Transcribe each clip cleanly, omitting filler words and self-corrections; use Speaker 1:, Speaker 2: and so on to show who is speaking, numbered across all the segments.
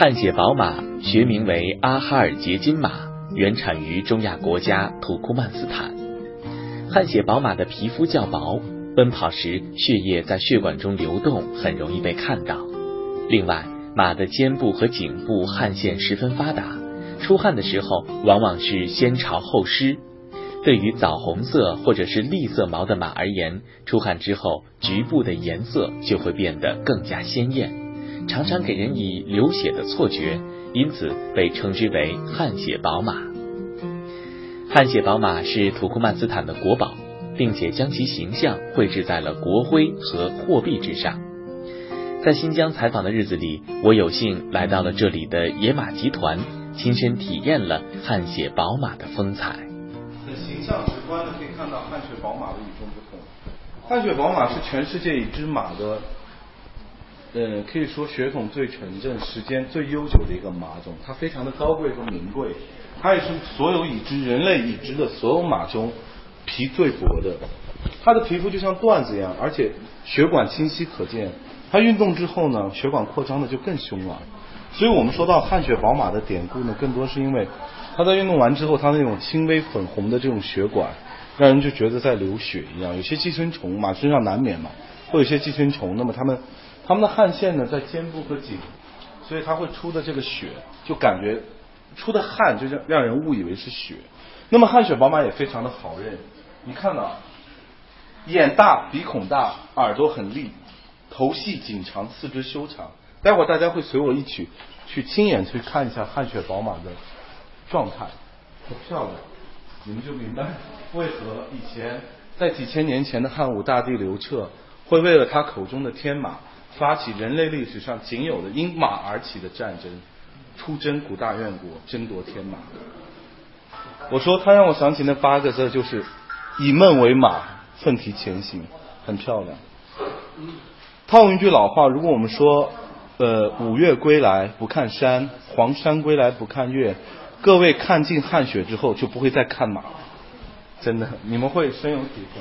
Speaker 1: 汗血宝马学名为阿哈尔捷金马，原产于中亚国家土库曼斯坦。汗血宝马的皮肤较薄，奔跑时血液在血管中流动，很容易被看到。另外，马的肩部和颈部汗腺十分发达，出汗的时候往往是先潮后湿。对于枣红色或者是栗色毛的马而言，出汗之后局部的颜色就会变得更加鲜艳，常常给人以流血的错觉，因此被称之为汗血宝马。汗血宝马是土库曼斯坦的国宝，并且将其形象绘制在了国徽和货币之上。在新疆采访的日子里，我有幸来到了这里的野马集团，亲身体验了汗血宝马的风采。
Speaker 2: 很形象直观的可以看到汗血宝马的与众不同。汗血宝马是全世界一只马的可以说血统最纯正、时间最悠久的一个马种，它非常的高贵和名贵，它也是所有人类已知的所有马中皮最薄的。它的皮肤就像缎子一样，而且血管清晰可见。它运动之后呢，血管扩张的就更凶了。所以我们说到汗血宝马的典故呢，更多是因为它在运动完之后，它那种轻微粉红的这种血管，让人就觉得在流血一样。有些寄生虫，马身上难免嘛，会有一些寄生虫，那么它们的汗腺呢在肩部和颈，所以它会出的这个血，就感觉出的汗就让人误以为是血。那么汗血宝马也非常的好认，你看到眼大、鼻孔大、耳朵很利、头细颈长、四肢修长。待会儿大家会随我一起去亲眼去看一下汗血宝马的状态，很漂亮。你们就明白为何以前在几千年前的汉武大帝刘彻会为了他口中的天马发起人类历史上仅有的因马而起的战争，出征古大院国，争夺天马。我说他让我想起那8个字，就是以梦为马，奋蹄前行，很漂亮。套用一句老话，如果我们说五岳归来不看山，黄山归来不看岳，各位看尽汗血之后就不会再看马，真的，你们会深有体会。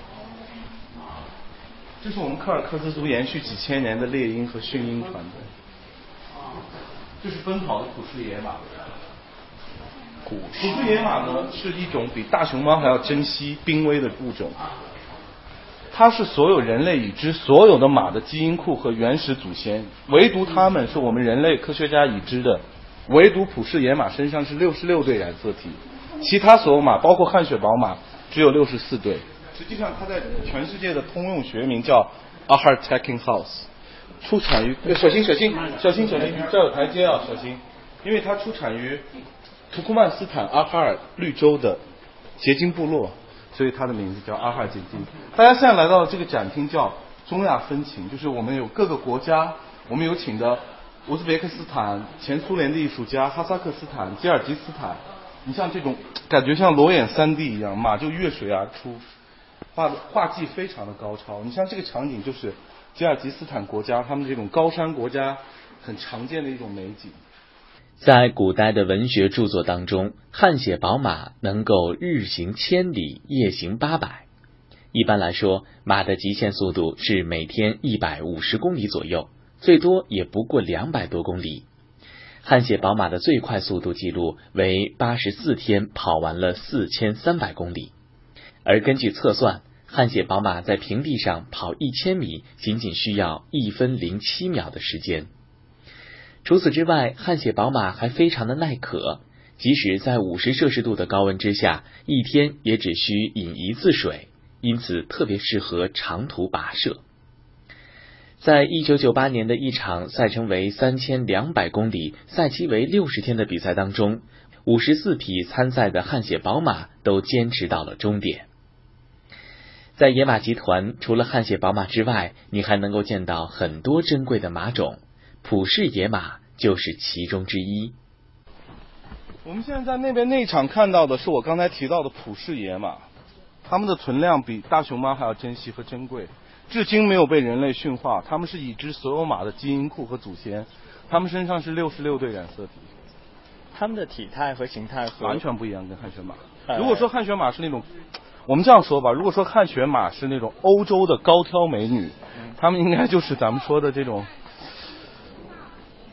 Speaker 2: 这是我们柯尔克孜族延续几千年的猎鹰和驯鹰传统。这是奔跑的普氏野马。普氏野马呢是一种比大熊猫还要珍稀濒危的物种，它是所有人类已知所有的马的基因库和原始祖先，唯独它们是我们人类科学家已知的，唯独普氏野马身上是66对染色体，其他所有马包括汗血宝马只有64对。实际上它在全世界的通用学名叫 Ahar Tacking House， 出产于小心，这有台阶啊，小心，因为它出产于土库曼斯坦阿哈尔绿洲的结晶部落，所以它的名字叫阿哈尔结晶。大家现在来到这个展厅叫中亚风情，就是我们有各个国家，我们有请的乌兹别克斯坦、前苏联的艺术家、哈萨克斯坦、吉尔吉斯坦，你像这种感觉像裸眼3D 一样，马就跃水而出，画技非常的高超。你像这个场景就是吉尔吉斯坦国家他们这种高山国家很常见的一种美景。
Speaker 1: 在古代的文学著作当中，汗血宝马能够日行1000里，夜行800。一般来说，马的极限速度是每天150公里左右，最多也不过200多公里。汗血宝马的最快速度记录为84天跑完了4300公里。而根据测算，汗血宝马在平地上跑1000米仅仅需要1分07秒的时间。除此之外，汗血宝马还非常的耐渴，即使在50摄氏度的高温之下，一天也只需饮1次水，因此特别适合长途跋涉。在1998年的一场赛程为3200公里、赛期为60天的比赛当中，54匹参赛的汗血宝马都坚持到了终点。在野马集团，除了汗血宝马之外，你还能够见到很多珍贵的马种，普氏野马就是其中之一。
Speaker 2: 我们现在在那边那场看到的是我刚才提到的普氏野马，它们的存量比大熊猫还要珍稀和珍贵，至今没有被人类驯化，它们是已知所有马的基因库和祖先，它们身上是66对染色体。
Speaker 3: 它们的体态和形态
Speaker 2: 完全不一样，跟汗血马。如果说汗血马是那种，我们这样说吧，如果说汗血马是那种欧洲的高挑美女，她们应该就是咱们说的这种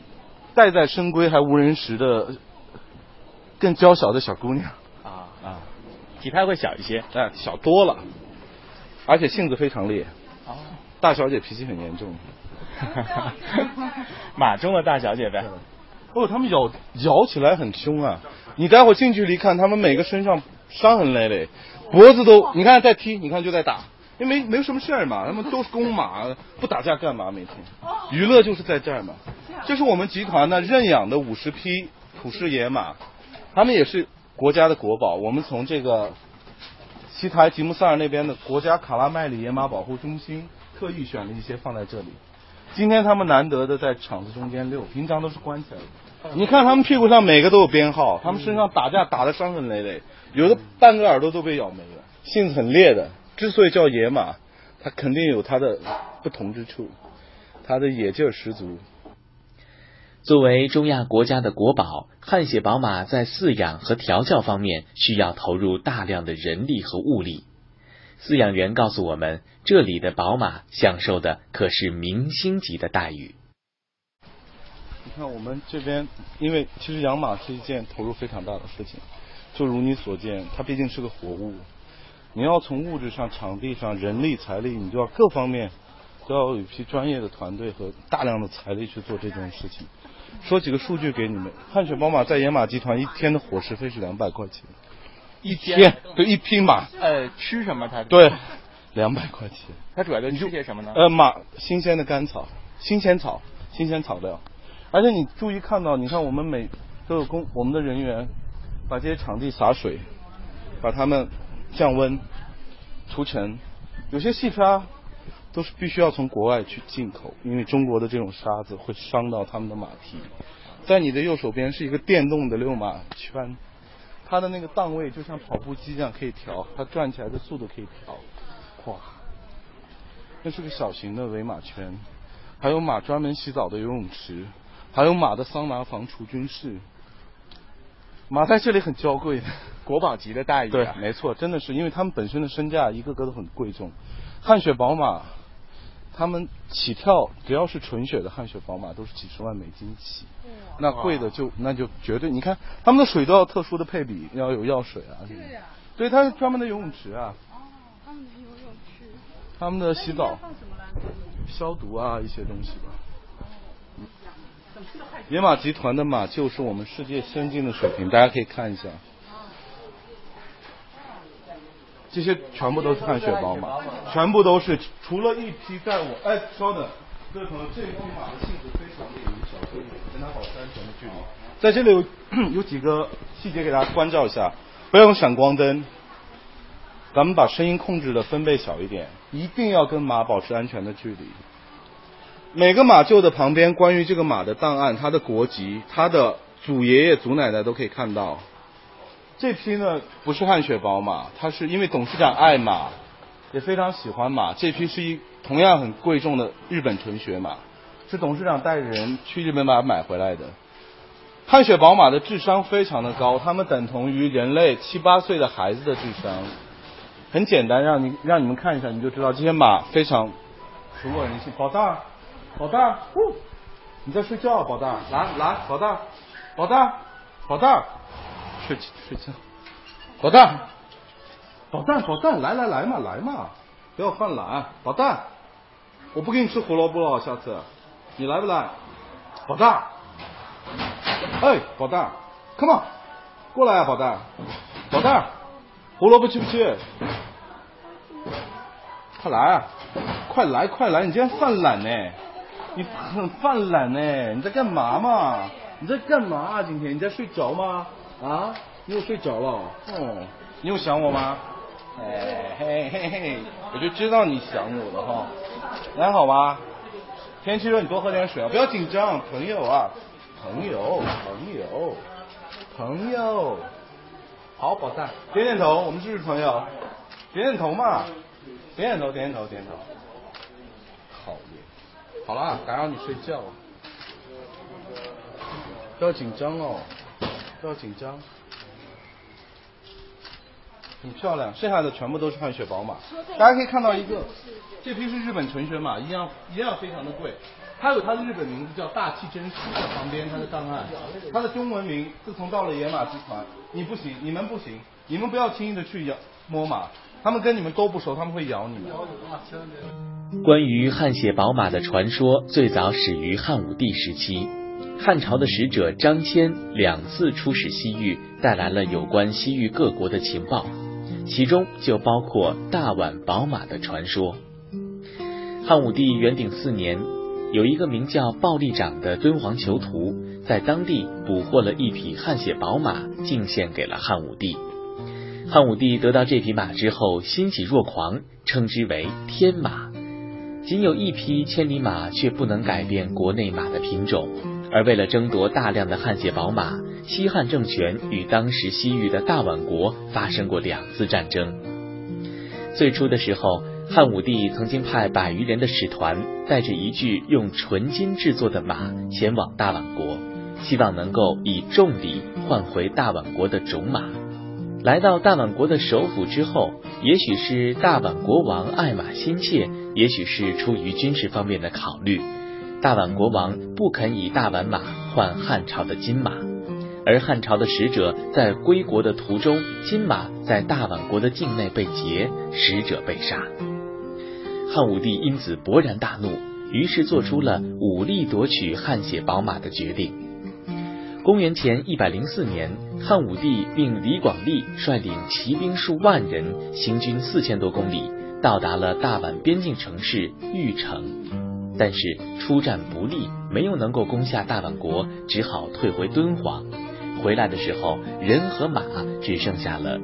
Speaker 2: 代代深闺还无人识的更娇小的小姑娘啊，
Speaker 3: 体态会小一些，
Speaker 2: 小多了，而且性子非常烈。大小姐脾气很严重。
Speaker 3: 马中的大小姐呗。
Speaker 2: 他们咬起来很凶啊！你待会儿近距离看，他们每个身上伤痕累累，脖子都你看在踢，你看就在打，因为没有什么事儿嘛，他们都是公马，不打架干嘛？每天娱乐就是在这儿嘛。这是我们集团呢认养的50匹土氏野马，他们也是国家的国宝。我们从这个奇台吉木萨尔那边的国家卡拉麦里野马保护中心特意选了一些放在这里。今天他们难得的在场子中间溜，平常都是关起来的。你看他们屁股上每个都有编号，他们身上打架打得伤痕累累，有的半个耳朵都被咬没了，性子很烈的。之所以叫野马，它肯定有它的不同之处，它的野劲儿十足。
Speaker 1: 作为中亚国家的国宝，汗血宝马在饲养和调教方面需要投入大量的人力和物力。饲养员告诉我们，这里的宝马享受的可是明星级的待遇。
Speaker 2: 你看我们这边，因为其实养马是一件投入非常大的事情，就如你所见，它毕竟是个活物，你要从物质上、场地上、人力、财力，你就要各方面都要有一批专业的团队和大量的财力去做这件事情。说几个数据给你们，汗血宝马在野马集团一天的伙食费是200块钱。一天对一匹马，
Speaker 3: 吃什么它？
Speaker 2: 对，200块钱。
Speaker 3: 它主要吃些什么呢？
Speaker 2: 马新鲜的干草、新鲜草料。而且你注意看到，你看我们我们的人员把这些场地洒水，把它们降温、除尘，有些细沙都是必须要从国外去进口，因为中国的这种沙子会伤到他们的马蹄。在你的右手边是一个电动的遛马圈。它的那个档位就像跑步机这样可以调，它转起来的速度可以调。哇，那是个小型的围马圈，还有马专门洗澡的游泳池，还有马的桑拿房、除菌室。马在这里很娇贵的，
Speaker 3: 国宝级的待遇。
Speaker 2: 对，没错，真的是，因为他们本身的身价一个个都很贵重。汗血宝马，他们起跳只要是纯血的汗血宝马都是几十万美金起。那贵的那就绝对，你看他们的水都要特殊的配比，要有药水啊。
Speaker 4: 是呀。
Speaker 2: 对，它是专门的游泳池啊。
Speaker 4: 他们的游泳池。
Speaker 2: 他们的洗澡。
Speaker 4: 放什么呢？
Speaker 2: 消毒啊，一些东西吧。野马集团的马厩是我们世界先进的水平，大家可以看一下。这些全部都是汗血宝马，全部都是，除了一批在稍等。各位朋友，这一匹马的性子非常烈，小所以跟它保持安全的距离。在这里有几个细节给大家关照一下，不要用闪光灯，咱们把声音控制的分贝小一点，一定要跟马保持安全的距离。每个马厩的旁边关于这个马的档案、它的国籍、它的祖爷爷祖奶奶都可以看到。这匹呢不是汗血宝马，它是因为董事长爱马，也非常喜欢马。这匹是同样很贵重的日本纯血马，是董事长带人去日本把它买回来的。汗血宝马的智商非常的高，它们等同于人类7、8岁的孩子的智商。很简单，让你们看一下，你就知道这些马非常熟络人性。宝蛋，你在睡觉啊，宝蛋，来，宝蛋，睡觉，宝蛋，来嘛，不要犯懒，宝蛋，我不给你吃胡萝卜了，下次你来不来？宝蛋，宝蛋 ，come on， 过来啊，宝蛋，胡萝卜吃不吃？快来，你今天犯懒呢？你很犯懒呢？你在干嘛嘛？今天你在睡着吗？啊，你有睡着了？你有想我吗？嘿，我就知道你想我了哈。你还好吗？天气热，你多喝点水啊，不要紧张，朋友啊，朋友。好，宝蛋，点点头，我们是不是朋友？点点头嘛，点点头。讨厌。好了，打扰你睡觉了，不要紧张哦，很漂亮。剩下的全部都是汗血宝马，大家可以看到这匹是日本纯血马，一样非常的贵。 它有它的日本名字叫大气真实，在旁边它的档案，它的中文名自从到了野马集团，你不行，你们不行，你们不要轻易的去摸马，他们跟你们都不熟，他们会咬你们。
Speaker 1: 关于汗血宝马的传说最早始于汉武帝时期，汉朝的使者张骞2次出使西域，带来了有关西域各国的情报，其中就包括大宛宝马的传说。汉武帝元鼎4年，有一个名叫鲍立长的敦煌囚徒，在当地捕获了一匹汗血宝马，进献给了汉武帝。汉武帝得到这匹马之后，欣喜若狂，称之为天马。仅有一匹千里马，却不能改变国内马的品种。而为了争夺大量的汗血宝马，西汉政权与当时西域的大宛国发生过2次战争。最初的时候，汉武帝曾经派100余人的使团，带着一具用纯金制作的马前往大宛国，希望能够以重礼换回大宛国的种马。来到大宛国的首府之后，也许是大宛国王爱马心切，也许是出于军事方面的考虑，大宛国王不肯以大宛马换汉朝的金马，而汉朝的使者在归国的途中，金马在大宛国的境内被劫，使者被杀。汉武帝因此勃然大怒，于是做出了武力夺取汗血宝马的决定。公元前104年，汉武帝命李广利率领骑兵数万人，行军4000多公里，到达了大宛边境城市玉城。但是出战不利，没有能够攻下大宛国，只好退回敦煌。回来的时候，人和马只剩下了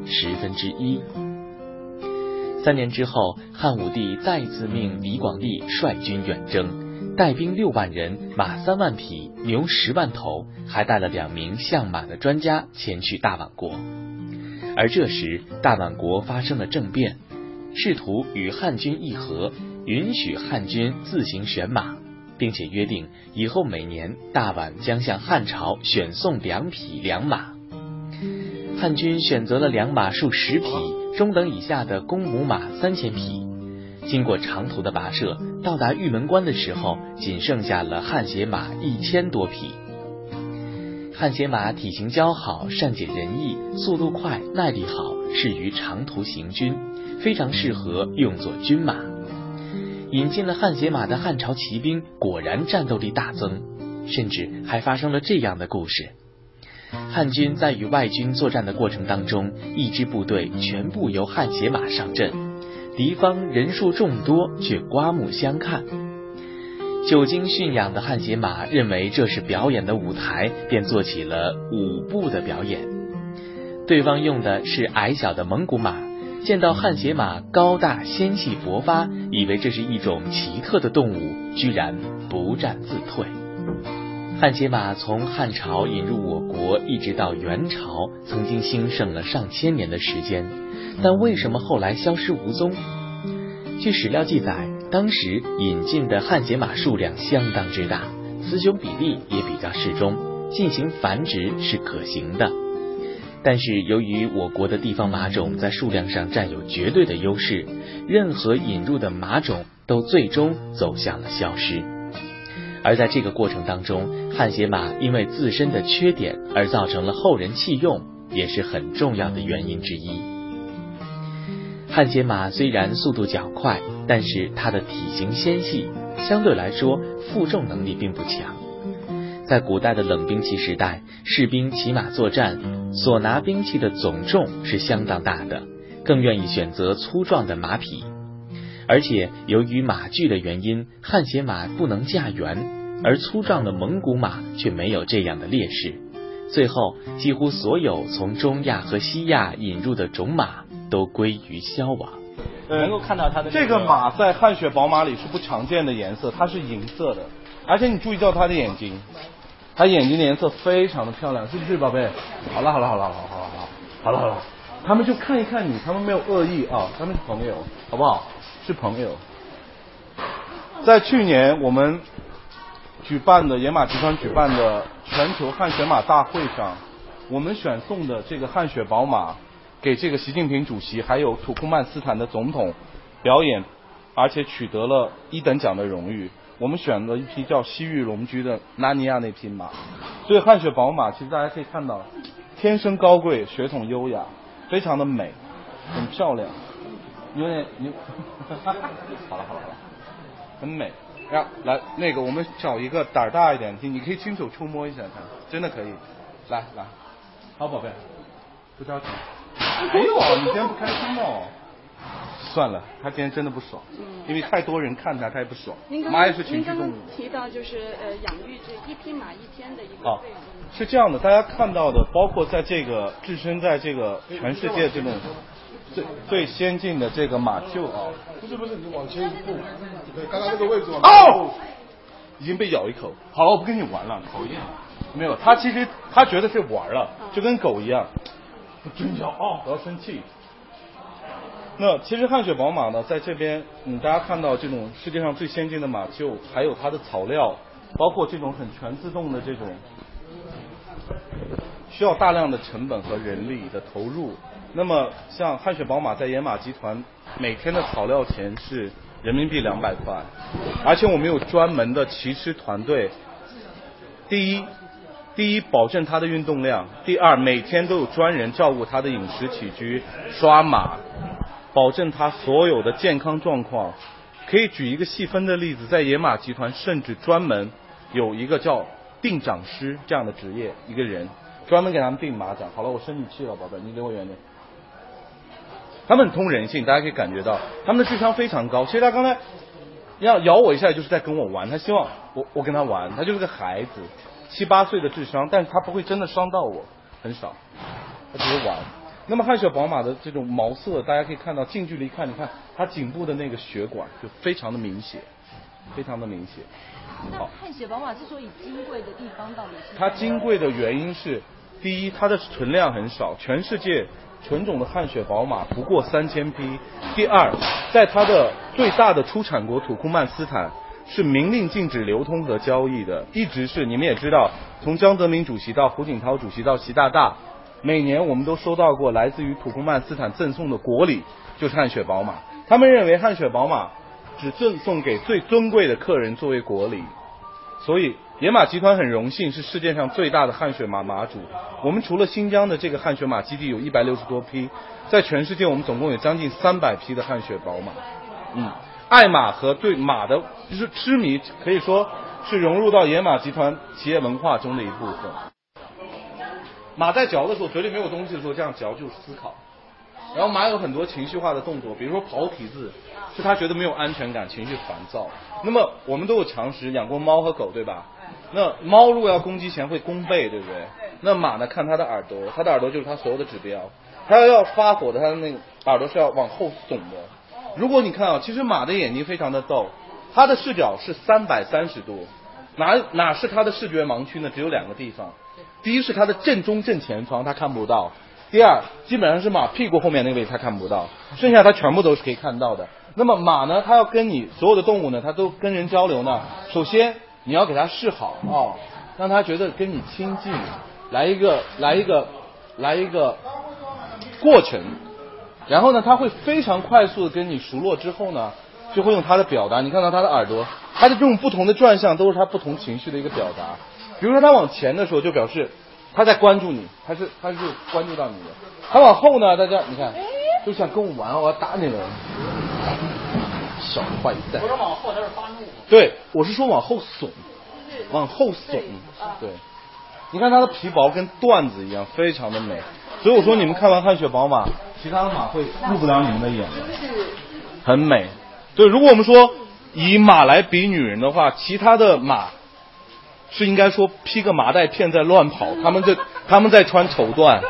Speaker 1: 1/10。3年之后，汉武帝再次命李广利率军远征，带兵6万人，马3万匹，牛10万头，还带了2名相马的专家前去大宛国。而这时，大宛国发生了政变，试图与汉军议和，允许汉军自行选马，并且约定以后每年大宛将向汉朝选送2匹良马。汉军选择了良马数10匹，中等以下的公母马3000匹。经过长途的跋涉，到达玉门关的时候，仅剩下了汗血马1000多匹。汗血马体型姣好，善解人意，速度快，耐力好，适于长途行军，非常适合用作军马。引进了汗血马的汉朝骑兵果然战斗力大增，甚至还发生了这样的故事：汉军在与外军作战的过程当中，一支部队全部由汗血马上阵，敌方人数众多，却刮目相看。久经驯养的汗血马认为这是表演的舞台，便做起了舞步的表演。对方用的是矮小的蒙古马，见到汗血马高大纤细勃发，以为这是一种奇特的动物，居然不战自退。汗血马从汉朝引入我国，一直到元朝，曾经兴盛了上千年的时间，但为什么后来消失无踪？据史料记载，当时引进的汗血马数量相当之大，雌雄比例也比较适中，进行繁殖是可行的。但是由于我国的地方马种在数量上占有绝对的优势，任何引入的马种都最终走向了消失。而在这个过程当中，汗血马因为自身的缺点而造成了后人弃用，也是很重要的原因之一。汗血马虽然速度较快，但是它的体型纤细，相对来说负重能力并不强。在古代的冷兵器时代，士兵骑马作战，所拿兵器的总重是相当大的，更愿意选择粗壮的马匹。而且由于马具的原因，汗血马不能驾辕，而粗壮的蒙古马却没有这样的劣势。最后几乎所有从中亚和西亚引入的种马都归于消亡。
Speaker 3: 能够看到它的
Speaker 2: 这个马在汗血宝马里是不常见的颜色，它是银色的，而且你注意到它的眼睛，它眼睛的颜色非常的漂亮，是不是宝贝？好了，他们就看一看你，他们没有恶意啊，他们是朋友，好不好？是朋友。在去年我们举办的野马集团举办的全球汗血马大会上，我们选送的这个汗血宝马给这个习近平主席还有土库曼斯坦的总统表演，而且取得了1等奖的荣誉。 我们选了一匹叫西域龙驹的纳尼亚那匹马，所以汗血宝马其实大家可以看到，天生高贵，血统优雅，非常的美，很漂亮，有点好了，很美。来，那个我们找一个胆儿大一点，你可以亲手触摸一下看，真的可以。来，好宝贝，不着急。哎呦，你今天不开心哦？算了，他今天真的不爽，因为太多人看他，他也不爽。马也是情绪动物。
Speaker 4: 您刚刚提到就是养育这一匹马一天的一个费用。
Speaker 2: 是这样的，大家看到的，包括在这个置身在这个全世界这种最先进的这个马厩啊。
Speaker 5: 不是，你往前一步，对，刚刚那个位置往
Speaker 2: 前一步。已经被咬一口。好了，我不跟你玩了，讨厌。没有，他其实他觉得是玩了，就跟狗一样。真咬啊！不要生气。那其实汗血宝马呢，在这边，大家看到这种世界上最先进的马厩，还有它的草料，包括这种很全自动的这种，需要大量的成本和人力的投入。那么像汗血宝马在野马集团每天的草料钱是人民币200块，而且我们有专门的骑师团队。第一，保证它的运动量；第二，每天都有专人照顾它的饮食起居、刷马，保证它所有的健康状况。可以举一个细分的例子，在野马集团甚至专门有一个叫定长师这样的职业，一个人专门给他们定马掌。好了，我生你气了，宝贝，你离我远点。他们很通人性，大家可以感觉到他们的智商非常高。其实他刚才要咬我一下，就是在跟我玩，他希望我跟他玩，他就是个孩子，7、8岁的智商，但是他不会真的伤到我，很少，他只是玩。那么汗血宝马的这种毛色，大家可以看到近距离看，你看它颈部的那个血管就非常的明显，非常的明显。
Speaker 6: 那汗血宝马之所以金贵的地方到底是？
Speaker 2: 它金贵的原因是，第一，它的存量很少，全世界纯种的汗血宝马不过3000匹。第二，在它的最大的出产国土库曼斯坦是明令禁止流通和交易的，一直是，你们也知道，从江泽民主席到胡锦涛主席到习大大，每年我们都收到过来自于土库曼斯坦赠送的国礼，就是汗血宝马。他们认为汗血宝马只赠送给最尊贵的客人作为国礼，所以野马集团很荣幸是世界上最大的汗血马马主。我们除了新疆的这个汗血马基地有160多匹，在全世界我们总共有将近300匹的汗血宝马。爱马和对马的就是痴迷，可以说是融入到野马集团企业文化中的一部分。马在嚼的时候，嘴里没有东西的时候，这样嚼就是思考。然后马有很多情绪化的动作，比如说刨蹄子，是他觉得没有安全感，情绪烦躁。那么我们都有常识，养过猫和狗，对吧？那猫如果要攻击前会弓背，对不对？那马呢，看它的耳朵，它的耳朵就是它所有的指标。它要发火的，它的那个耳朵是要往后耸的。如果你看啊，其实马的眼睛非常的逗，它的视角是330度，哪是它的视觉盲区呢？只有2个地方。第一是它的正中正前方，它看不到；第二，基本上是马屁股后面那个位置它看不到，剩下它全部都是可以看到的。那么马呢，它要跟你所有的动物呢，它都跟人交流呢。首先你要给它示好让它觉得跟你亲近，来一个过程。然后呢，它会非常快速的跟你熟络之后呢，就会用它的表达。你看到它的耳朵，它的这种不同的转向都是它不同情绪的一个表达。比如说它往前的时候，就表示它在关注你，它是关注到你的。它往后呢，大家你看，就想跟我玩，我要打你了，小坏蛋。
Speaker 3: 我说往后它是发怒。
Speaker 2: 对，我是说往后耸，往后耸。对，你看它的皮薄跟缎子一样，非常的美。所以我说你们看完汗血宝马，其他的马会入不了你们的眼的，很美。对，如果我们说以马来比女人的话，其他的马是应该说披个麻袋片在乱跑，他们在穿绸缎，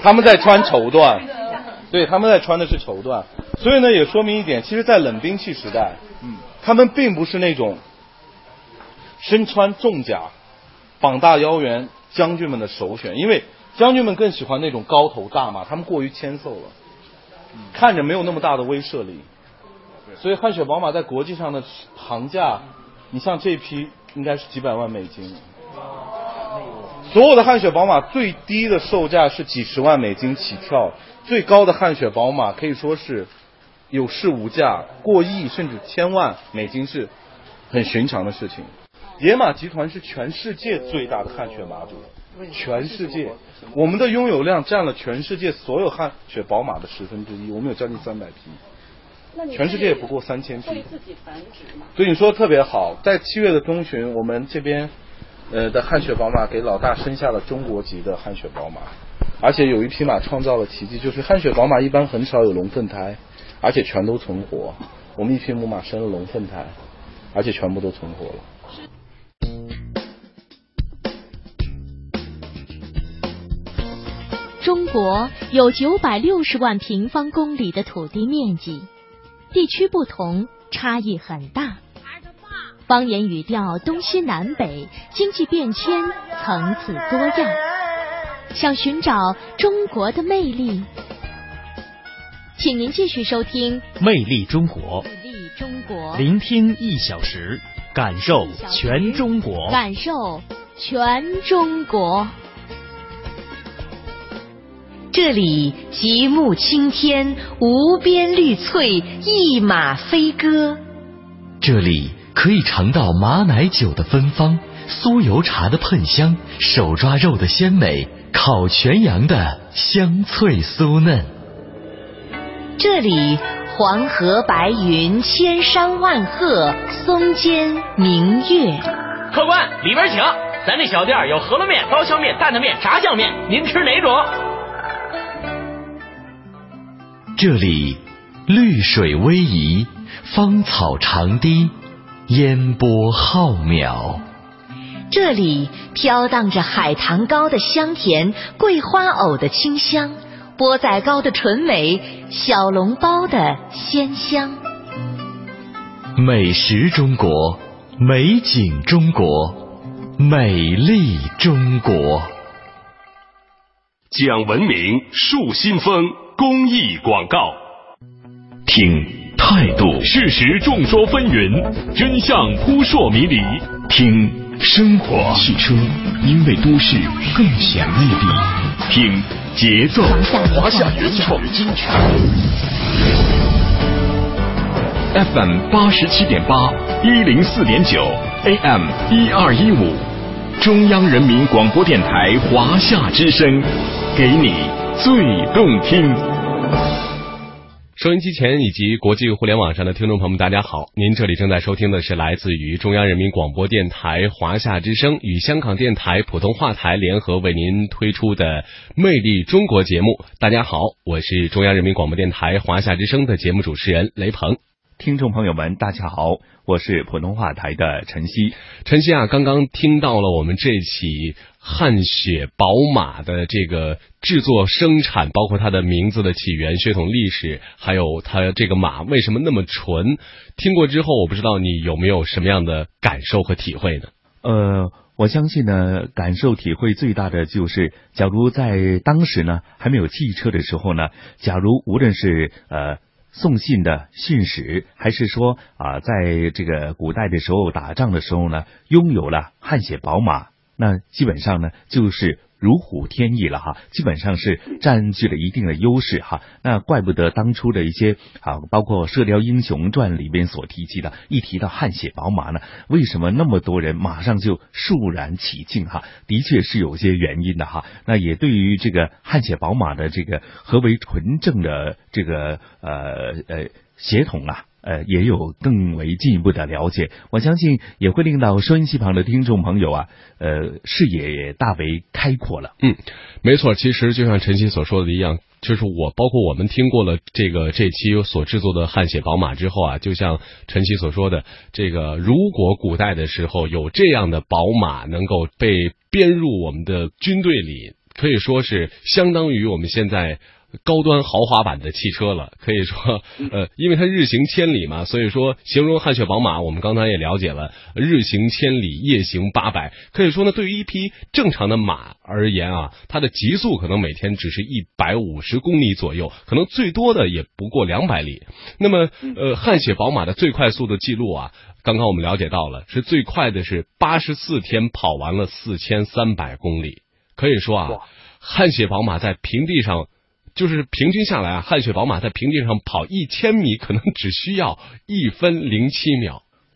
Speaker 2: 对，他们在穿的是绸缎。所以呢，也说明一点，其实在冷兵器时代，他们并不是那种身穿重甲、膀大腰圆将军们的首选，因为将军们更喜欢那种高头大马，他们过于纤瘦了，看着没有那么大的威慑力。所以汗血宝马在国际上的行价，你像这批应该是几百万美金。所有的汗血宝马最低的售价是几十万美金起跳，最高的汗血宝马可以说是有市无价，过亿甚至1000万美金是很寻常的事情。野马集团是全世界最大的汗血马主，全世界，我们的拥有量占了全世界所有汗血宝马的1/10，我们有将近300匹，全世界也不过3000匹。
Speaker 4: 会自己繁殖吗？
Speaker 2: 对，你说的特别好，在7月的中旬，我们这边的汗血宝马给老大生下了中国籍的汗血宝马，而且有一匹马创造了奇迹，就是汗血宝马一般很少有龙凤胎，而且全都存活。我们一匹母马生了龙凤胎，而且全部都存活了。
Speaker 7: 中国有960万平方公里的土地面积，地区不同，差异很大。方言语调东西南北，经济变迁层次多样。想寻找中国的魅力，请您继续收听《
Speaker 8: 魅力中国》，
Speaker 7: 魅力中国，
Speaker 8: 聆听1小时，感受全中国，
Speaker 7: 感受全中国。
Speaker 9: 这里极目青天，无边绿翠，一马飞歌。
Speaker 10: 这里可以尝到马奶酒的芬芳，酥油茶的喷香，手抓肉的鲜美，烤全羊的香脆酥嫩。
Speaker 9: 这里黄河白云，千山万壑，松间明月。
Speaker 11: 客官，里边请，咱这小店有饸饹面、刀削面、担担面、炸酱面，您吃哪种？
Speaker 10: 这里绿水逶迤，芳草长堤，烟波浩渺。
Speaker 9: 这里飘荡着海棠糕的香甜，桂花藕的清香，钵仔糕的醇美，小笼包的鲜香。
Speaker 10: 美食中国，美景中国，美丽中国。
Speaker 12: 讲文明树新风公益广告。
Speaker 10: 听态度，
Speaker 12: 事实众说纷纭，真相扑朔迷离。
Speaker 10: 听生活，汽车因为都市更显魅力。
Speaker 12: 听节奏，
Speaker 10: 华夏原创精彩。FM 87.8，104.9 AM 1215，中央人民广播电台华夏之声，给你最动听。
Speaker 13: 收音机前以及国际互联网上的听众朋友们，大家好，您这里正在收听的是来自于中央人民广播电台华夏之声与香港电台普通话台联合为您推出的魅力中国节目。大家好，我是中央人民广播电台华夏之声的节目主持人雷鹏。
Speaker 14: 听众朋友们大家好，我是普通话台的陈曦。
Speaker 13: 陈曦啊，刚刚听到了我们这起汗血宝马的这个制作生产，包括它的名字的起源、血统历史，还有它这个马为什么那么纯，听过之后我不知道你有没有什么样的感受和体会呢？
Speaker 14: 我相信呢，感受体会最大的就是，假如在当时呢还没有汽车的时候呢，假如无论是送信的信使，还是说在这个古代的时候打仗的时候呢，拥有了汗血宝马，那基本上呢就是如虎添翼了哈，基本上是占据了一定的优势哈。那怪不得当初的一些包括《射雕英雄传》里边所提及的，一提到汗血宝马呢，为什么那么多人马上就肃然起敬哈？的确是有些原因的哈。那也对于这个汗血宝马的这个何为纯正的这个血统啊，也有更为进一步的了解，我相信也会令到收音机旁的听众朋友视野也大为开阔了。
Speaker 13: 没错，其实就像陈曦所说的一样，就是包括我们听过了这期所制作的汗血宝马之后啊，就像陈曦所说的，这个如果古代的时候有这样的宝马能够被编入我们的军队里，可以说是相当于我们现在高端豪华版的汽车了，可以说因为它日行千里嘛，所以说形容汗血宝马，我们刚才也了解了，日行千里，夜行800，可以说呢，对于一匹正常的马而言啊，它的极速可能每天只是150公里左右，可能最多的也不过200里。那么汗血宝马的最快速的记录啊，刚刚我们了解到了，是最快的是84天跑完了4300公里。可以说啊，汗血宝马在平地上，就是平均下来啊，汗血宝马在平地上跑1000米可能只需要1分07秒。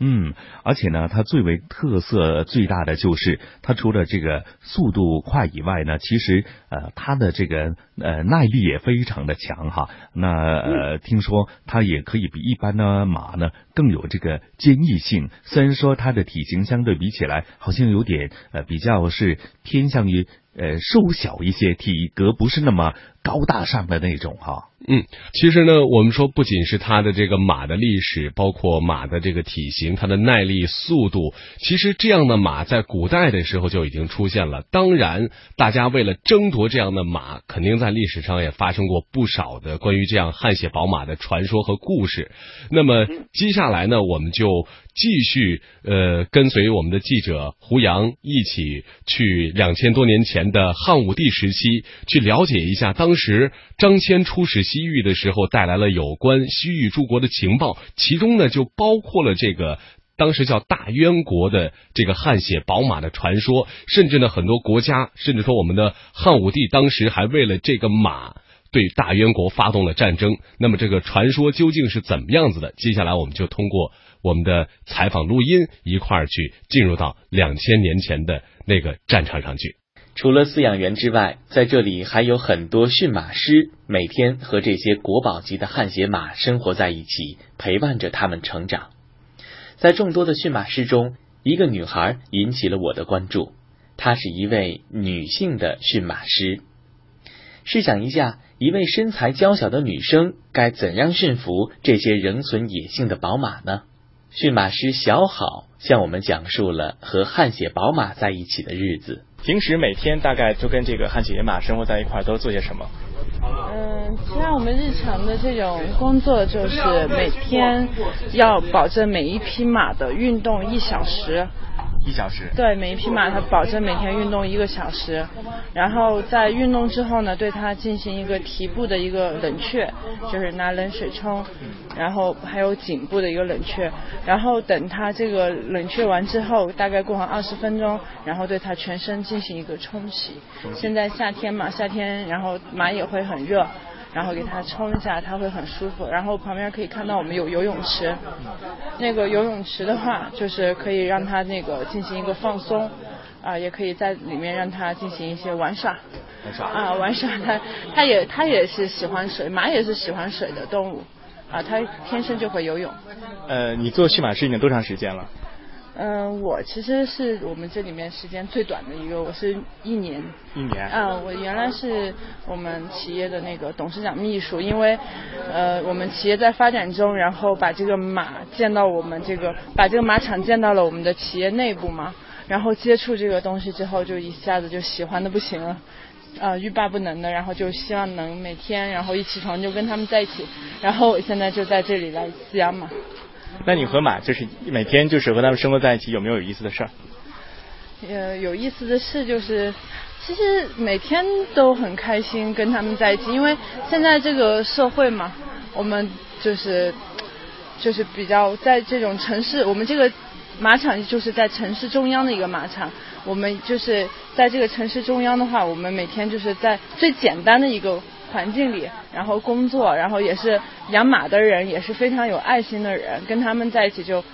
Speaker 14: 而且呢，它最为特色最大的就是它除了这个速度快以外呢，其实它的这个耐力也非常的强哈。那听说它也可以比一般的马呢更有这个坚毅性。虽然说它的体型相对比起来好像有点比较是偏向于瘦小一些，体格不是那么高大上的那种哈。
Speaker 13: 其实呢，我们说不仅是它的这个马的历史，包括马的这个体型，它的耐力、速度，其实这样的马在古代的时候就已经出现了。当然，大家为了争夺这样的马，肯定在历史上也发生过不少的关于这样汗血宝马的传说和故事。那么接下来呢，我们就继续跟随我们的记者胡杨一起去2000多年前的汉武帝时期，去了解一下当时张骞出使西域的时候带来了有关西域诸国的情报，其中呢就包括了这个当时叫大渊国的这个汗血宝马的传说，甚至呢很多国家，甚至说我们的汉武帝当时还为了这个马对大渊国发动了战争。那么这个传说究竟是怎么样子的？接下来我们就通过我们的采访录音一块儿去进入到2000年前的那个战场上去。
Speaker 1: 除了饲养员之外，在这里还有很多驯马师，每天和这些国宝级的汗血马生活在一起，陪伴着他们成长。在众多的驯马师中，一个女孩引起了我的关注，她是一位女性的驯马师。试想一下，一位身材娇小的女生该怎样驯服这些仍存野性的宝马呢？驯马师小好向我们讲述了和汗血宝马在一起的日子。
Speaker 3: 平时每天大概就跟这个汗血野马生活在一块儿，都做些什么？
Speaker 4: 其实我们日常的这种工作就是每天要保证每一匹马的运动1小时。
Speaker 3: 1小时？
Speaker 4: 对，每一匹马它保证每天运动1个小时，然后在运动之后呢，对它进行一个蹄部的一个冷却，就是拿冷水冲，然后还有颈部的一个冷却，然后等它这个冷却完之后，大概过上20分钟，然后对它全身进行一个冲洗。现在夏天嘛，然后马也会很热，然后给它冲一下，它会很舒服。然后旁边可以看到我们有游泳池，那个游泳池的话，就是可以让它那个进行一个放松，也可以在里面让它进行一些玩耍。玩耍，它也是喜欢水，马也是喜欢水的动物，它天生就会游泳。
Speaker 3: 你做驯马师已经多长时间了？
Speaker 4: 我其实是我们这里面时间最短的一个，我是1年。
Speaker 3: 1年？
Speaker 4: 我原来是我们企业的那个董事长秘书，因为我们企业在发展中，然后把这个马把这个马场建到了我们的企业内部嘛，然后接触这个东西之后，就一下子就喜欢的不行了。欲罢不能的，然后就希望能每天然后一起床就跟他们在一起，然后我现在就在这里来饲养马。
Speaker 3: 那你和马就是每天就是和他们生活在一起，有没有意思的事儿？
Speaker 4: 有意思的事就是，其实每天都很开心跟他们在一起，因为现在这个社会嘛，我们就是比较在这种城市，我们这个马场就是在城市中央的一个马场，我们就是在这个城市中央的话，我们每天就是在最简单的一个环境里，然后工作，然后也是养马的人也是非常有爱心的人，跟他们在一起就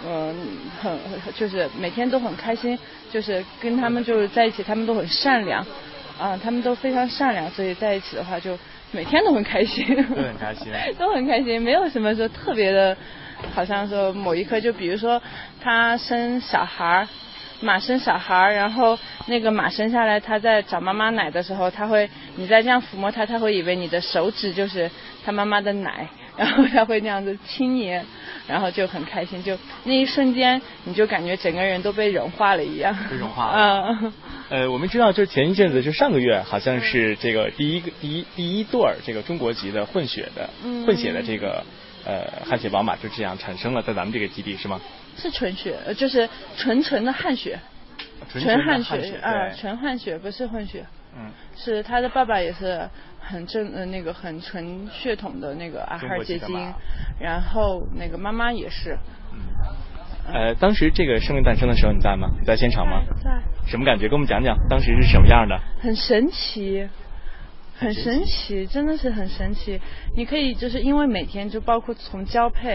Speaker 4: 就是每天都很开心，就是跟他们就是在一起，他们都很善良他们都非常善良，所以在一起的话就每天都很开心。
Speaker 3: 都很开心。
Speaker 4: 都很开心，没有什么说特别的，好像说某一刻，就比如说他生小孩，马生小孩，然后那个马生下来，他在找妈妈奶的时候，你再这样抚摸他会以为你的手指就是他妈妈的奶，然后他会那样子亲你，然后就很开心，就那一瞬间你就感觉整个人都被融化了一样。
Speaker 3: 被融化了。我们知道，就是前一阵子，就上个月，好像是这个第一对儿这个中国籍的混血的这个汗血宝马就这样产生了在咱们这个基地，是吗？
Speaker 4: 是纯血，就是纯的汗血，纯汗血纯汗血，不是混血。是他的爸爸也是很那个很纯血统的那个阿哈尔捷基因，然后那个妈妈也是。
Speaker 3: 当时这个生命诞生的时候你在吗？你在现场吗？
Speaker 4: 在。
Speaker 3: 什么感觉？跟我们讲讲当时是什么样的？
Speaker 4: 很神奇，很神奇，真的是很神奇。你可以就是因为每天就包括从交配，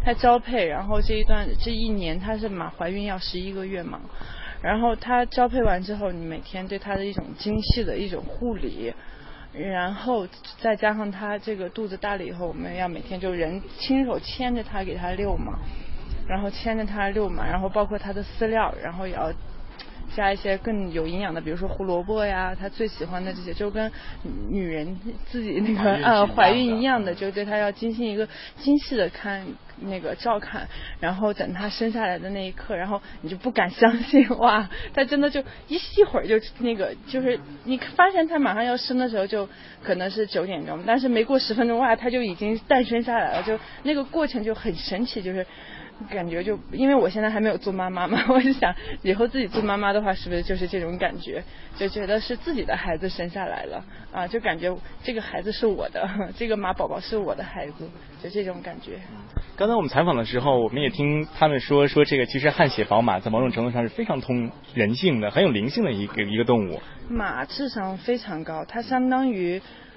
Speaker 4: 她交配，然后这一年她是马怀孕要11个月嘛，然后她交配完之后，你每天对她的一种精细的一种护理，然后再加上她这个肚子大了以后，我们要每天就人亲手牵着她给她遛嘛，然后牵着她遛嘛，然后包括她的饲料，然后也要加一些更有营养的，比如说胡萝卜呀，她最喜欢的这些，就跟女人自己那个怀孕一样的，就对她要进行一个精细的照看，然后等她生下来的那一刻，然后你就不敢相信，哇，她真的就一会儿就就是你发现她马上要生的时候，就可能是9点钟，但是没过10分钟，哇，她就已经诞生下来了，就那个过程就很神奇，就是感觉就因为我现在还没有做妈妈嘛，我就想以后自己做妈妈的话，是不是就是这种感觉，就觉得是自己的孩子生下来了啊，就感觉这个孩子是我的，这个马宝宝是我的孩子，就这种感觉。
Speaker 3: 刚才我们采访的时候，我们也听他们说这个其实汗血宝马在某种程度上是非常通人性的，很有灵性的一个动物。
Speaker 4: 马智商非常高，它相当于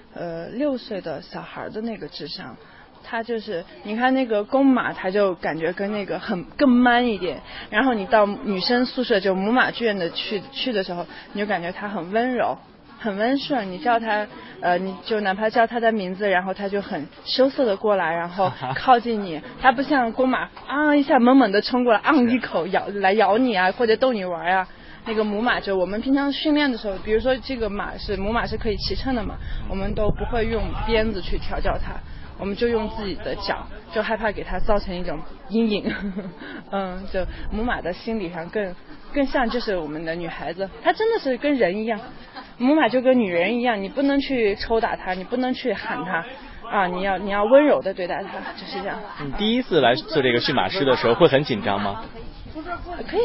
Speaker 4: 6岁的小孩的那个智商。它就是你看那个公马，它就感觉跟那个更 man 一点，然后你到女生宿舍就母马剧院的去的时候，你就感觉它很温柔很温顺，你叫它你就哪怕叫它的名字，然后它就很羞涩的过来，然后靠近你，它不像公马一下猛猛的冲过来一口咬你啊，或者逗你玩啊。那个母马就我们平常训练的时候，比如说这个母马是可以骑乘的嘛，我们都不会用鞭子去调教它，我们就用自己的脚，就害怕给它造成一种阴影。就母马的心理上更像就是我们的女孩子，她真的是跟人一样，母马就跟女人一样，你不能去抽打她，你不能去喊她你要温柔的对待她，就是这样。
Speaker 3: 你第一次来做这个驯马师的时候会很紧张吗？
Speaker 4: 可以。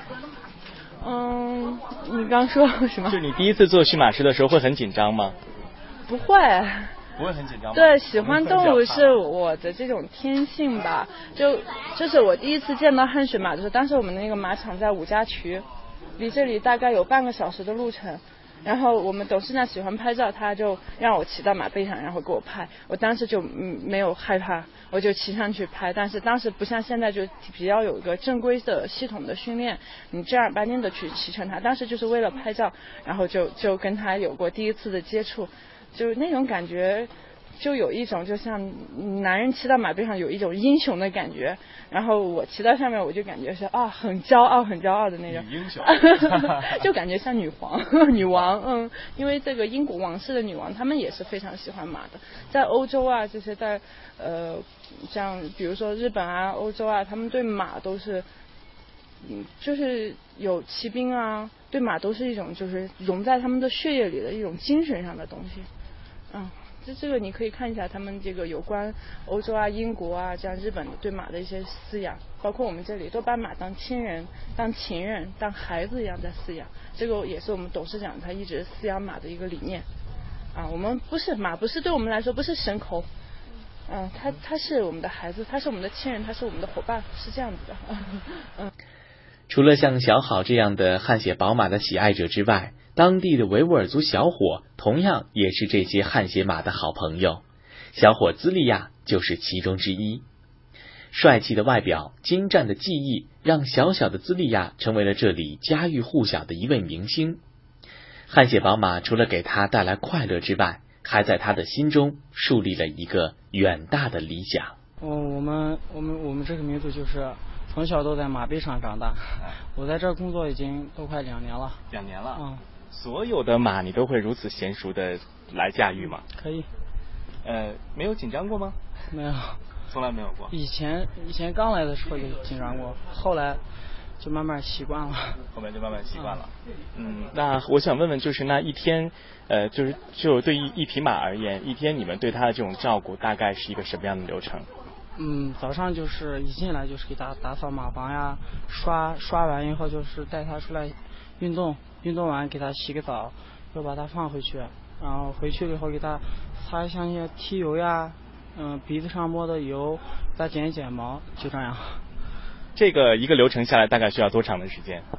Speaker 4: 你刚说什么？
Speaker 3: 就你第一次做驯马师的时候会很紧张吗？
Speaker 4: 不会。
Speaker 3: 不会很紧张吗？
Speaker 4: 对，喜欢动物是我的这种天性吧。就是我第一次见到汗血马的时候，当时我们那个马场在5家渠，离这里大概有半个小时的路程。然后我们董事长喜欢拍照，他就让我骑到马背上，然后给我拍。我当时就没有害怕，我就骑上去拍。但是当时不像现在，就比较有一个正规的系统的训练，你正儿八经的去骑乘它。当时就是为了拍照，然后就跟他有过第一次的接触，就那种感觉。就有一种就像男人骑到马背上有一种英雄的感觉，然后我骑到上面我就感觉是很骄傲的那种
Speaker 3: 英雄
Speaker 4: 就感觉像女王因为这个英国王室的女王她们也是非常喜欢马的，在欧洲啊这些在像比如说日本啊欧洲啊，他们对马都是就是有骑兵啊，对马都是一种就是融在他们的血液里的一种精神上的东西。这个你可以看一下他们这个有关欧洲啊英国啊这样日本对马的一些饲养，包括我们这里都把马当亲人当情人当孩子一样在饲养，这个也是我们董事长他一直饲养马的一个理念我们不是马不是对我们来说不是牲口他是我们的孩子，他是我们的亲人，他是我们的伙伴，是这样子的
Speaker 1: 除了像小好这样的汗血宝马的喜爱者之外，当地的维吾尔族小伙同样也是这些汗血马的好朋友，小伙兹利亚就是其中之一。帅气的外表，精湛的技艺，让小小的兹利亚成为了这里家喻户晓的一位明星。汗血宝马除了给他带来快乐之外，还在他的心中树立了一个远大的理想。
Speaker 15: 我们这个民族就是从小都在马背上长大，我在这工作已经都快2年了。
Speaker 3: 2年了。所有的马你都会如此娴熟的来驾驭吗？
Speaker 15: 可以。
Speaker 3: 没有紧张过吗？
Speaker 15: 没有，
Speaker 3: 从来没有过。
Speaker 15: 以前刚来的时候就紧张过，后来就慢慢习惯了。
Speaker 3: 后面就慢慢习惯了。那我想问问，就是那一天，就对一匹马而言，一天你们对它的这种照顾大概是一个什么样的流程？
Speaker 15: 早上就是一进来就是给它打扫马房呀，刷完以后就是带它出来运动完给它洗个澡，又把它放回去，然后回去了以后给它擦一些剃油呀，鼻子上抹的油，再剪一剪毛，就这样。
Speaker 3: 这个一个流程下来大概需要多长的时间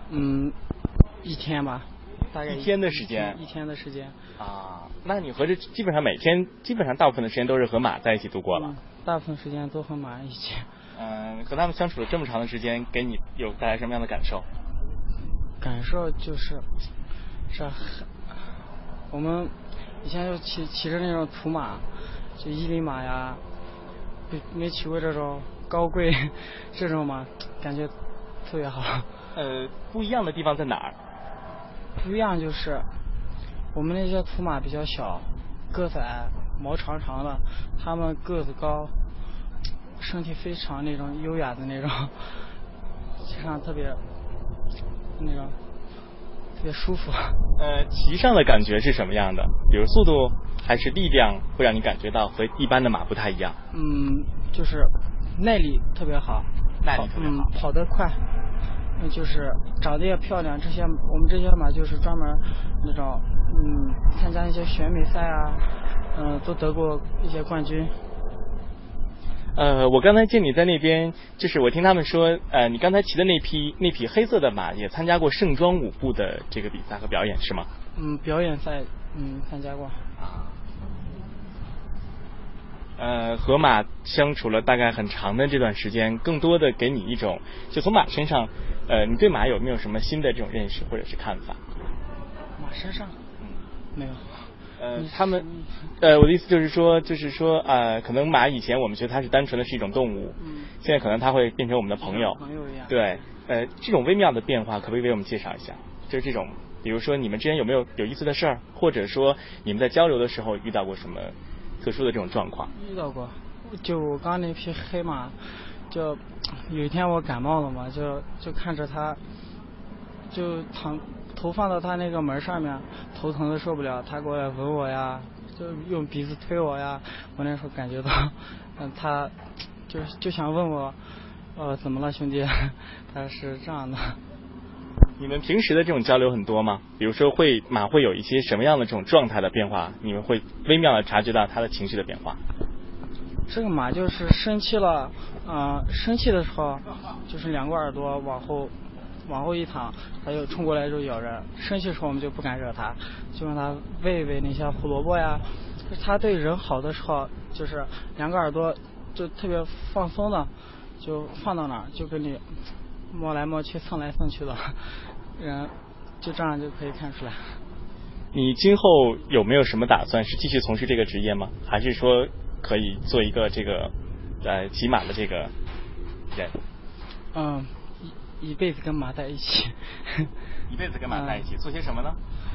Speaker 15: ？1天吧，大概
Speaker 3: 1天的时间。
Speaker 15: 1天的时间
Speaker 3: 那你和这基本上大部分的时间都是和马在一起度过了。
Speaker 15: 大部分时间都和马一起。
Speaker 3: 和他们相处了这么长的时间，给你有带来什么样的感受？
Speaker 15: 感受就是我们以前就骑着那种土马，就伊犁马呀，没骑过这种高贵这种马，感觉特别好。
Speaker 3: 不一样的地方在哪儿？
Speaker 15: 不一样就是我们那些土马比较小，个子矮，毛长长的，他们个子高，身体非常那种优雅的那种，骑上特别那种特别舒服。
Speaker 3: 骑上的感觉是什么样的？比如速度还是力量，会让你感觉到和一般的马不太一样？
Speaker 15: 就是耐力特别好，
Speaker 3: 耐力特别好，
Speaker 15: 跑得快，就是长得也漂亮。我们这些马就是专门那种参加一些选美赛啊，都得过一些冠军。
Speaker 3: 我刚才见你在那边，就是我听他们说，你刚才骑的那匹黑色的马也参加过盛装舞步的这个比赛和表演是吗？
Speaker 15: 表演赛参加过。
Speaker 3: 和马相处了大概很长的这段时间，更多的给你一种，就从马身上，你对马有没有什么新的这种认识或者是看法？
Speaker 15: 马身上，没有。
Speaker 3: 他们，我的意思就是说，可能马以前我们觉得它是单纯的是一种动物，现在可能它会变成我们的朋友，对，这种微妙的变化，可不可以为我们介绍一下？就是这种，比如说你们之间有没有意思的事儿，或者说你们在交流的时候遇到过什么特殊的这种状况？
Speaker 15: 遇到过，就我刚那匹黑马，就有一天我感冒了嘛，就看着它，就头放到他那个门上面，头疼的受不了，他过来吻我呀，就用鼻子推我呀。我那时候感觉到，他就想问我，怎么了兄弟？他是这样的。
Speaker 3: 你们平时的这种交流很多吗？比如说马会有一些什么样的这种状态的变化？你们会微妙的察觉到他的情绪的变化？
Speaker 15: 这个马就是生气了，生气的时候就是两个耳朵往后一躺，他就冲过来就咬人。生气的时候我们就不敢惹他，就让他喂那些胡萝卜呀。他对人好的时候，就是两个耳朵就特别放松的，就放到哪儿就跟你摸来摸去蹭来蹭去的，人就这样就可以看出来。
Speaker 3: 你今后有没有什么打算？是继续从事这个职业吗？还是说可以做一个这个骑马的这个人？
Speaker 15: 一辈子跟马在一起。
Speaker 3: 一辈子跟马在一起，做些什么呢？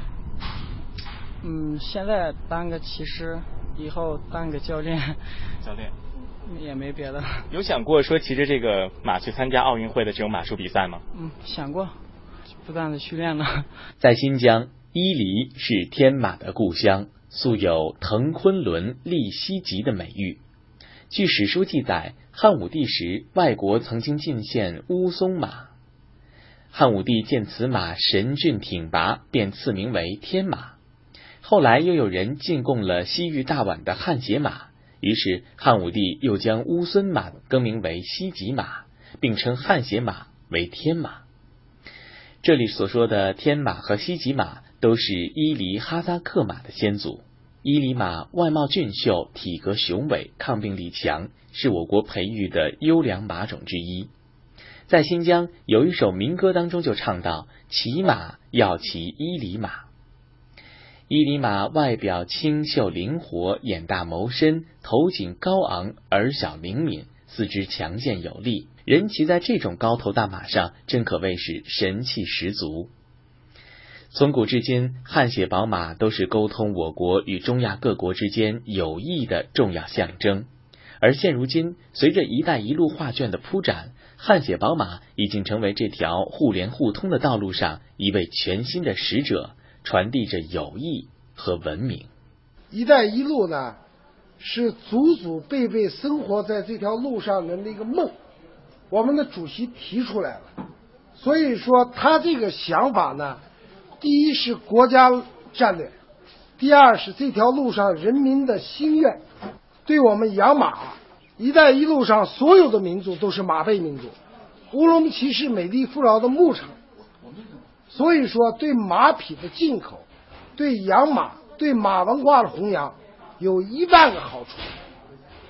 Speaker 15: 现在当个骑师，以后当个教练。
Speaker 3: 教练
Speaker 15: 也没别的。
Speaker 3: 有想过说骑着这个马去参加奥运会的这种马术比赛吗？
Speaker 15: 想过，不断的训练了。
Speaker 1: 在新疆，伊犁是天马的故乡，素有腾昆仑立西极的美誉。据史书记载，汉武帝时，外国曾经进献乌松马。汉武帝见此马神俊挺拔，便赐名为天马。后来又有人进贡了西域大宛的汗血马，于是汉武帝又将乌孙马更名为西极马，并称汗血马为天马。这里所说的天马和西极马都是伊犁哈萨克马的先祖。伊犁马外貌俊秀，体格雄伟，抗病力强，是我国培育的优良马种之一。在新疆有一首民歌当中就唱到，骑马要骑伊犁马。伊犁马外表清秀灵活，眼大眸深，头颈高昂，耳小灵敏，四肢强健有力，人骑在这种高头大马上，真可谓是神气十足。从古至今，汗血宝马都是沟通我国与中亚各国之间友谊的重要象征。而现如今，随着一带一路画卷的铺展，汗血宝马已经成为这条互联互通的道路上一位全新的使者，传递着友谊和文明。
Speaker 5: 一带一路呢，是祖祖辈辈生活在这条路上人的一个梦，我们的主席提出来了。所以说他这个想法呢，第一是国家战略，第二是这条路上人民的心愿。对我们养马，一带一路上所有的民族都是马背民族，乌鲁木齐是美丽富饶的牧场，所以说对马匹的进口，对养马，对马文化的弘扬有1万个好处。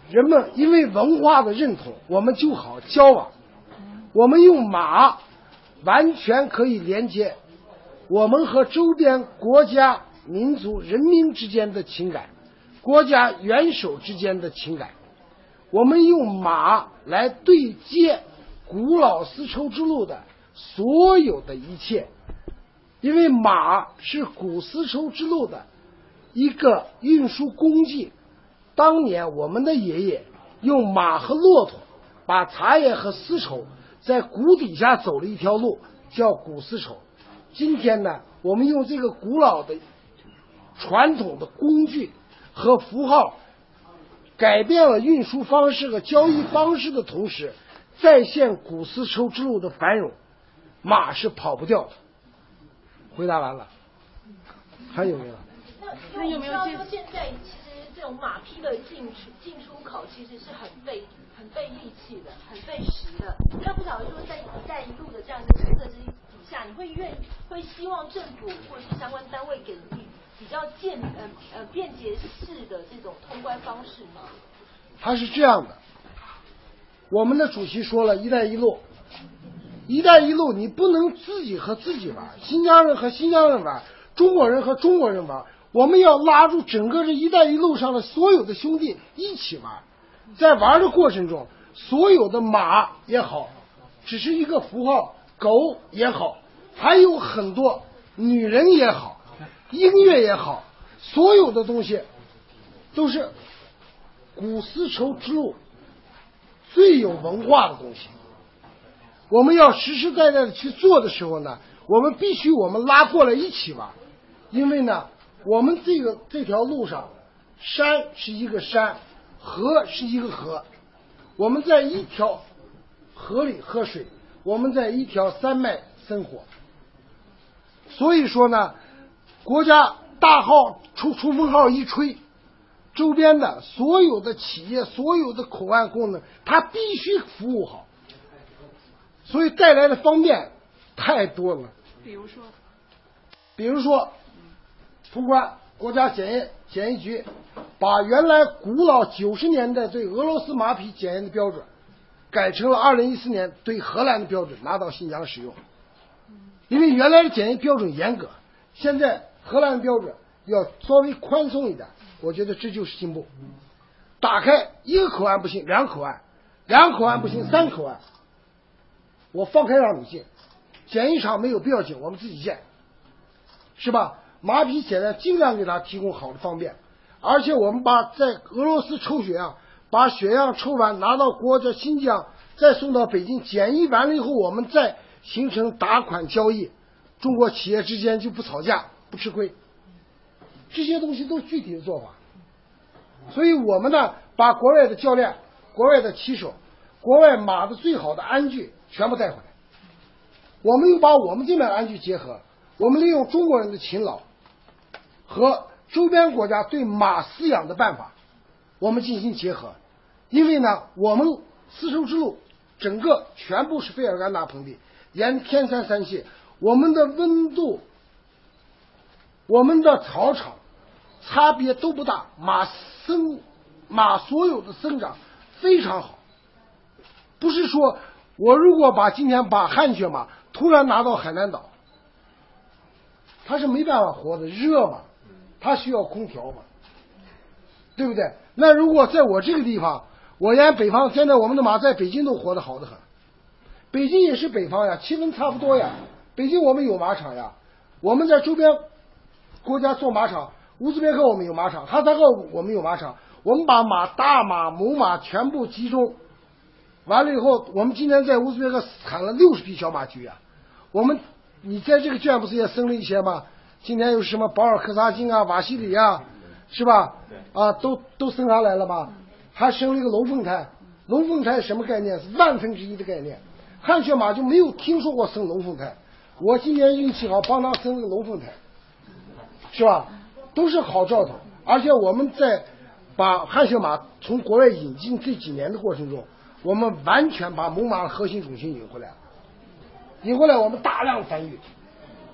Speaker 5: 人们因为文化的认同，我们就好交往。我们用马完全可以连接我们和周边国家、民族、人民之间的情感，国家元首之间的情感。我们用马来对接古老丝绸之路的所有的一切，因为马是古丝绸之路的一个运输工具。当年我们的爷爷用马和骆驼把茶叶和丝绸在谷底下走了一条路，叫古丝绸。今天呢，我们用这个古老的传统的工具和符号改变了运输方式和交易方式的同时，再现古丝绸之路的繁荣。马是跑不掉的。回答完了，还有没有？
Speaker 6: 那有没有说现在其实这种马匹的进出口其实是很费力气的，很费时的。那不晓得说在一带一路的这样一个政策之底下，你会希望政府或者是相关单位给予比较便捷式的这种通关方式吗？
Speaker 5: 它是这样的，我们的主席说了，一带一路，一带一路你不能自己和自己玩，新疆人和新疆人玩，中国人和中国人玩，我们要拉住整个这一带一路上的所有的兄弟一起玩。在玩的过程中，所有的马也好，只是一个符号，狗也好，还有很多女人也好，音乐也好，所有的东西都是古丝绸之路最有文化的东西。我们要实实在在的去做的时候呢，我们必须我们拉过来一起玩。因为呢，我们这条路上，山是一个山，河是一个河，我们在一条河里喝水，我们在一条山脉生活。所以说呢，国家大号冲锋号一吹，周边的所有的企业、所有的口岸功能，它必须服务好，所以带来的方便太多了。比如说通关，国家检疫局把原来古老90年代对俄罗斯马匹检验的标准改成了2014年对荷兰的标准，拿到新疆使用。因为原来的检验标准严格，现在荷兰的标准要稍微宽松一点，我觉得这就是进步。打开一个口岸不行，两个口岸不行，三个口岸，我放开让你进，检疫场没有必要进，我们自己建，是吧？马匹检验尽量给他提供好的方便，而且我们把在俄罗斯抽血样，把血样抽完拿到国家新疆，再送到北京检疫完了以后，我们再形成打款交易，中国企业之间就不吵架不吃亏。这些东西都具体的做法。所以我们呢，把国外的教练、国外的骑手、国外马的最好的鞍具全部带回来，我们又把我们这边的鞍具结合，我们利用中国人的勤劳和周边国家对马饲养的办法，我们进行结合。因为呢，我们丝绸之路整个全部是费尔干纳盆地，沿天山山系，我们的温度、我们的草场差别都不大，马所有的生长非常好。不是说我如果今天把汗血马突然拿到海南岛，它是没办法活的，热嘛，它需要空调嘛，对不对？那如果在我这个地方，我沿北方，现在我们的马在北京都活得好得很，北京也是北方呀，气温差不多呀，北京我们有马场呀，我们在周边国家做马场，乌兹别克我们有马场，哈萨克我们有马场，我们把大马母马全部集中完了以后，我们今天在乌兹别克产了60匹小马驹啊。你在这个圈不是也生了一些吗？今天有什么保尔柯察金啊、瓦西里啊，是吧？啊，都生下来了吧？还生了一个龙凤胎。龙凤胎什么概念？是1/1000的概念。汗血马就没有听说过生龙凤胎，我今年运气好，帮他生了个龙凤胎，是吧？都是好兆头。而且我们在把汗血马从国外引进这几年的过程中，我们完全把母马的核心种群引回来了。我们大量繁育，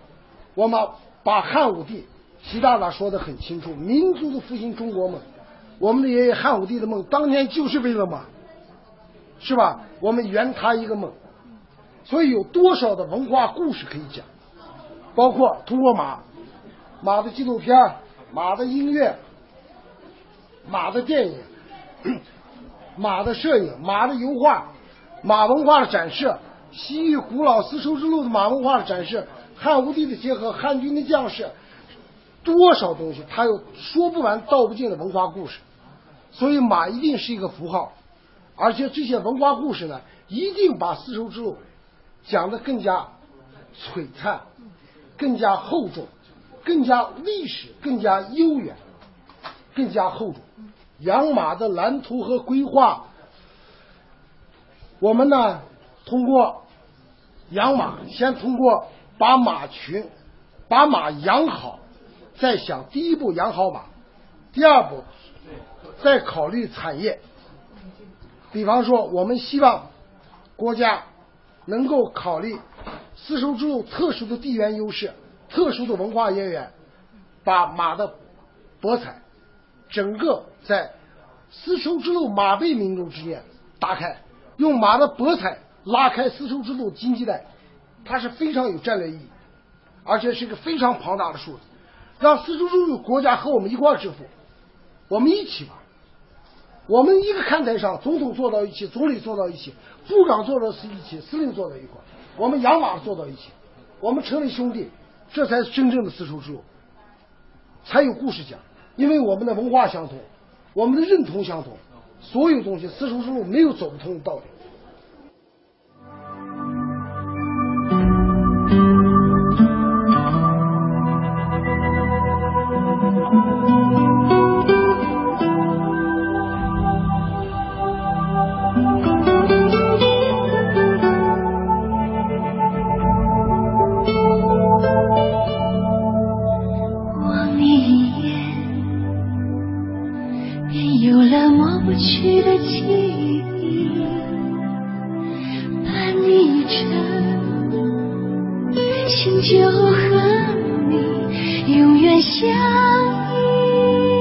Speaker 5: 我们把汉武帝习大大说得很清楚，民族的复兴中国梦， 我们的爷爷汉武帝的梦当年就是为了马，是吧？我们圆他一个梦，所以有多少的文化故事可以讲，包括通过马的纪录片、马的音乐、马的电影、马的摄影、马的油画、马文化的展示，西域古老丝绸之路的马文化的展示，汉武帝的结合，汉军的将士，多少东西，它有说不完道不尽的文化故事。所以马一定是一个符号，而且这些文化故事呢，一定把丝绸之路讲得更加璀璨，更加厚重，更加历史，更加悠远，更加厚重。养马的蓝图和规划，我们呢通过养马，先通过把马群、把马养好，再想第一步养好马，第二步再考虑产业。比方说我们希望国家能够考虑丝绸之路特殊的地缘优势、特殊的文化渊源，把马的博彩整个在丝绸之路马背民众之间打开，用马的博彩拉开丝绸之路经济带，它是非常有战略意义，而且是一个非常庞大的数字，让丝绸之路国家和我们一块致富，我们一起玩，我们一个看台上，总统坐到一起，总理坐到一起，部长坐到一起，司令坐到一块，我们养马坐到一起，我们成为兄弟，这才是真正的丝绸之路，才有故事讲。因为我们的文化相同，我们的认同相同，所有东西丝绸之路没有走不通的道理。
Speaker 16: 去的记忆，伴你着，心就和你永远相依。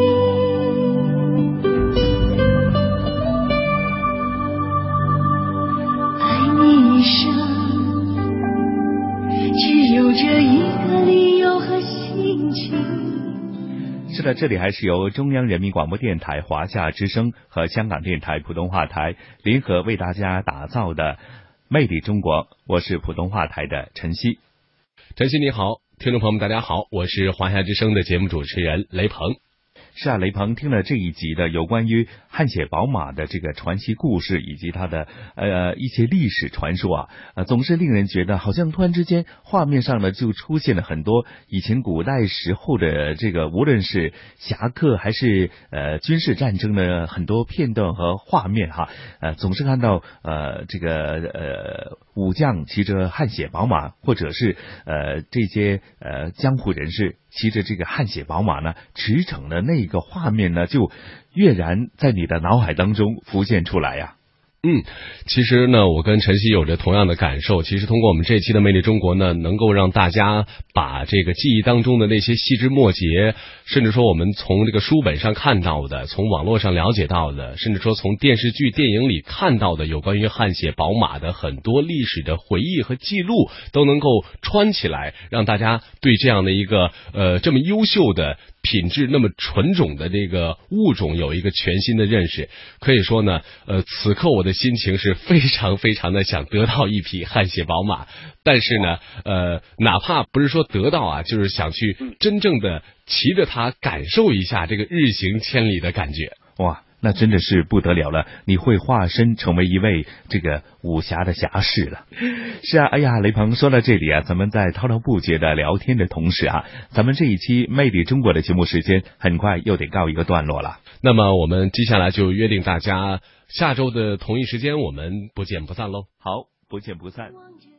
Speaker 16: 爱你一生，只有这一个理由和心情。
Speaker 14: 是的，这里还是由中央人民广播电台华夏之声和香港电台普通话台联合为大家打造的魅力中国，我是普通话台的陈曦。
Speaker 13: 陈曦你好，听众朋友们大家好，我是华夏之声的节目主持人雷鹏。
Speaker 14: 是啊，雷鹏，听了这一集的有关于汗血宝马的这个传奇故事以及它的一些历史传说总是令人觉得好像突然之间画面上呢就出现了很多以前古代时候的这个无论是侠客还是军事战争的很多片段和画面总是看到这个武将骑着汗血宝马，或者是这些江湖人士骑着这个汗血宝马呢驰骋的那个画面呢，就跃然在你的脑海当中浮现出来呀。
Speaker 13: 其实呢，我跟陈曦有着同样的感受。其实通过我们这期的魅力中国呢，能够让大家把这个记忆当中的那些细枝末节，甚至说我们从这个书本上看到的，从网络上了解到的，甚至说从电视剧电影里看到的有关于汗血宝马的很多历史的回忆和记录，都能够穿起来，让大家对这样的一个这么优秀的品质那么纯种的这个物种有一个全新的认识。可以说呢此刻我的心情是非常非常的想得到一匹汗血宝马，但是呢哪怕不是说得到就是想去真正的骑着它感受一下这个日行千里的感觉。
Speaker 14: 哇，那真的是不得了了，你会化身成为一位这个武侠的侠士了。是啊，哎呀，雷鹏，说到这里咱们在滔滔不绝的聊天的同时咱们这一期魅力中国的节目时间很快又得告一个段落了。
Speaker 13: 那么我们接下来就约定大家下周的同一时间我们不见不散喽。
Speaker 14: 好，不见不散。